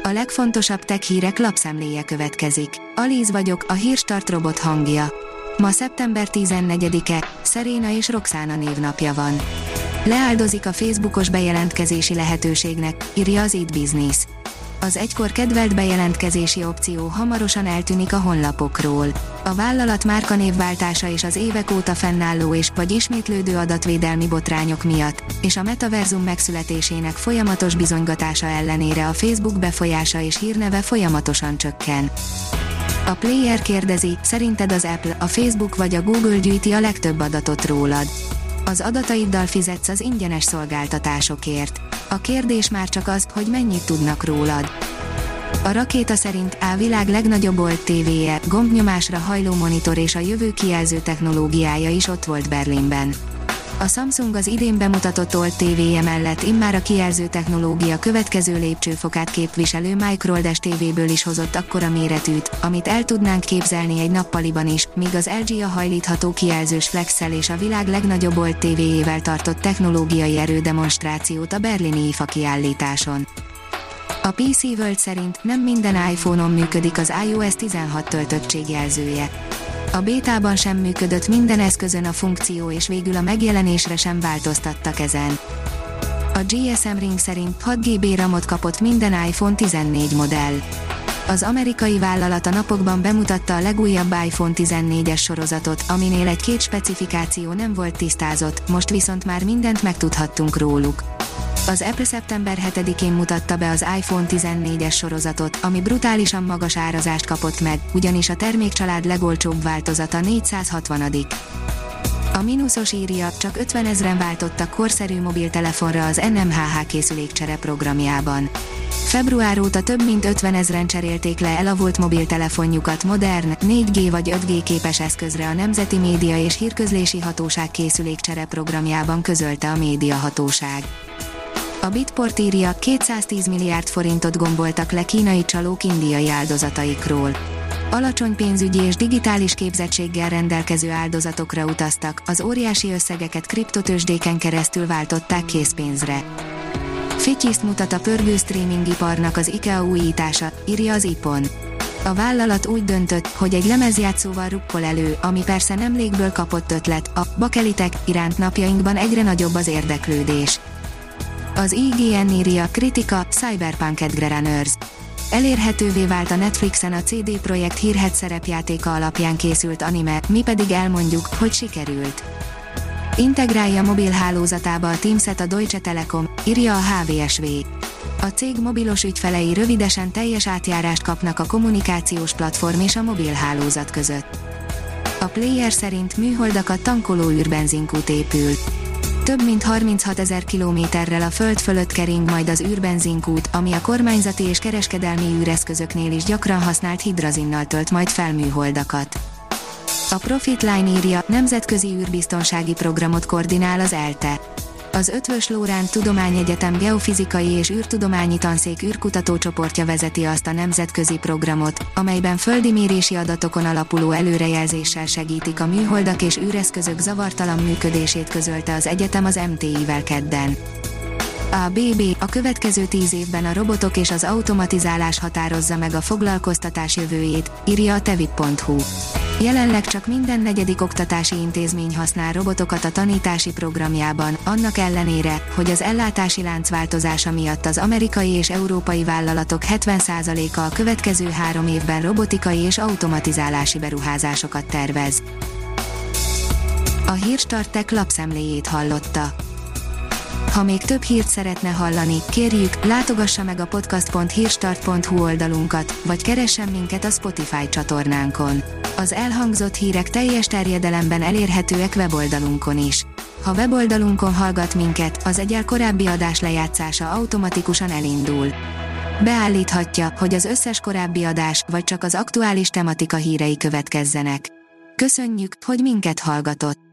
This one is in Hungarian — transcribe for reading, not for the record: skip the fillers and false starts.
A legfontosabb tech hírek lapszemléje következik. Alíz vagyok, a Hírstart robot hangja. Ma szeptember 14-e, Szeréna és Roxana névnapja van. Leáldozik a Facebookos bejelentkezési lehetőségnek, írja az It Business. Az egykor kedvelt bejelentkezési opció hamarosan eltűnik a honlapokról. A vállalat márkanévváltása és az évek óta fennálló vagy ismétlődő adatvédelmi botrányok miatt, és a metaverzum megszületésének folyamatos bizonygatása ellenére a Facebook befolyása és hírneve folyamatosan csökken. A Player kérdezi, szerinted az Apple, a Facebook vagy a Google gyűjti a legtöbb adatot rólad? Az adataiddal fizetsz az ingyenes szolgáltatásokért. A kérdés már csak az, hogy mennyit tudnak rólad. A rakéta szerint a világ legnagyobb OLED tévéje, gombnyomásra hajló monitor és a jövő kijelző technológiája is ott volt Berlinben. A Samsung az idén bemutatott OLED tévéje mellett immár a kijelző technológia következő lépcsőfokát képviselő MicroLED-es tévéből is hozott akkora méretűt, amit el tudnánk képzelni egy nappaliban is, míg az LG a hajlítható kijelzős Flexel és a világ legnagyobb OLED tévéjével tartott technológiai erődemonstrációt a berlini IFA kiállításon. A PC World szerint nem minden iPhone-on működik az iOS 16 töltöttségjelzője. A bétában sem működött minden eszközön a funkció és végül a megjelenésre sem változtattak ezen. A GSM Ring szerint 6 GB RAM-ot kapott minden iPhone 14 modell. Az amerikai vállalat a napokban bemutatta a legújabb iPhone 14-es sorozatot, aminél egy-két specifikáció nem volt tisztázott, most viszont már mindent megtudhattunk róluk. Az Apple szeptember 7-én mutatta be az iPhone 14-es sorozatot, ami brutálisan magas árazást kapott meg, ugyanis a termékcsalád legolcsóbb változata 460. A mínuszos írja, csak 50 000-en váltottak korszerű mobiltelefonra az NMHH készülékcsere programjában. Február óta több mint 50 000-en cserélték le elavult mobiltelefonjukat modern, 4G vagy 5G képes eszközre a Nemzeti Média és Hírközlési Hatóság készülékcsere programjában, közölte a médiahatóság. A Bitport írja, 210 milliárd forintot gomboltak le kínai csalók indiai áldozataikról. Alacsony pénzügyi és digitális képzettséggel rendelkező áldozatokra utaztak, az óriási összegeket kriptotőzsdéken keresztül váltották készpénzre. Fityiszt mutat a pörgő streamingiparnak az IKEA újítása, írja az IPON. A vállalat úgy döntött, hogy egy lemezjátszóval rukkol elő, ami persze nem légből kapott ötlet, a bakelitek iránt napjainkban egyre nagyobb az érdeklődés. Az IGN írja, kritika, Cyberpunk Edge Runners. Elérhetővé vált a Netflixen a CD Projekt hírhedt szerepjátéka alapján készült anime, mi pedig elmondjuk, hogy sikerült. Integrálja mobil hálózatába a Teams-et a Deutsche Telekom, írja a HVSV. A cég mobilos ügyfelei rövidesen teljes átjárást kapnak a kommunikációs platform és a mobil hálózat között. A Player szerint műholdakat tankoló űrbenzinkút épül. Több mint 36 000 kilométerrel a Föld fölött kering majd az űrbenzinkút, ami a kormányzati és kereskedelmi űreszközöknél is gyakran használt hidrazinnal tölt majd fel műholdakat. A Profitline írja, nemzetközi űrbiztonsági programot koordinál az ELTE. Az Eötvös Loránd Tudományegyetem geofizikai és űrtudományi tanszék űrkutatócsoportja vezeti azt a nemzetközi programot, amelyben földi mérési adatokon alapuló előrejelzéssel segítik a műholdak és űreszközök zavartalan működését, közölte az egyetem az MTI-vel kedden. A következő 10 évben a robotok és az automatizálás határozza meg a foglalkoztatás jövőjét, írja a tevip.hu. Jelenleg csak minden negyedik oktatási intézmény használ robotokat a tanítási programjában, annak ellenére, hogy az ellátási lánc változása miatt az amerikai és európai vállalatok 70%-a a következő 3 évben robotikai és automatizálási beruházásokat tervez. A Hírstart Tech lapszemléjét hallotta. Ha még több hírt szeretne hallani, kérjük, látogassa meg a podcast.hírstart.hu oldalunkat, vagy keressen minket a Spotify csatornánkon. Az elhangzott hírek teljes terjedelemben elérhetőek weboldalunkon is. Ha weboldalunkon hallgat minket, az egyel korábbi adás lejátszása automatikusan elindul. Beállíthatja, hogy az összes korábbi adás, vagy csak az aktuális tematika hírei következzenek. Köszönjük, hogy minket hallgatott!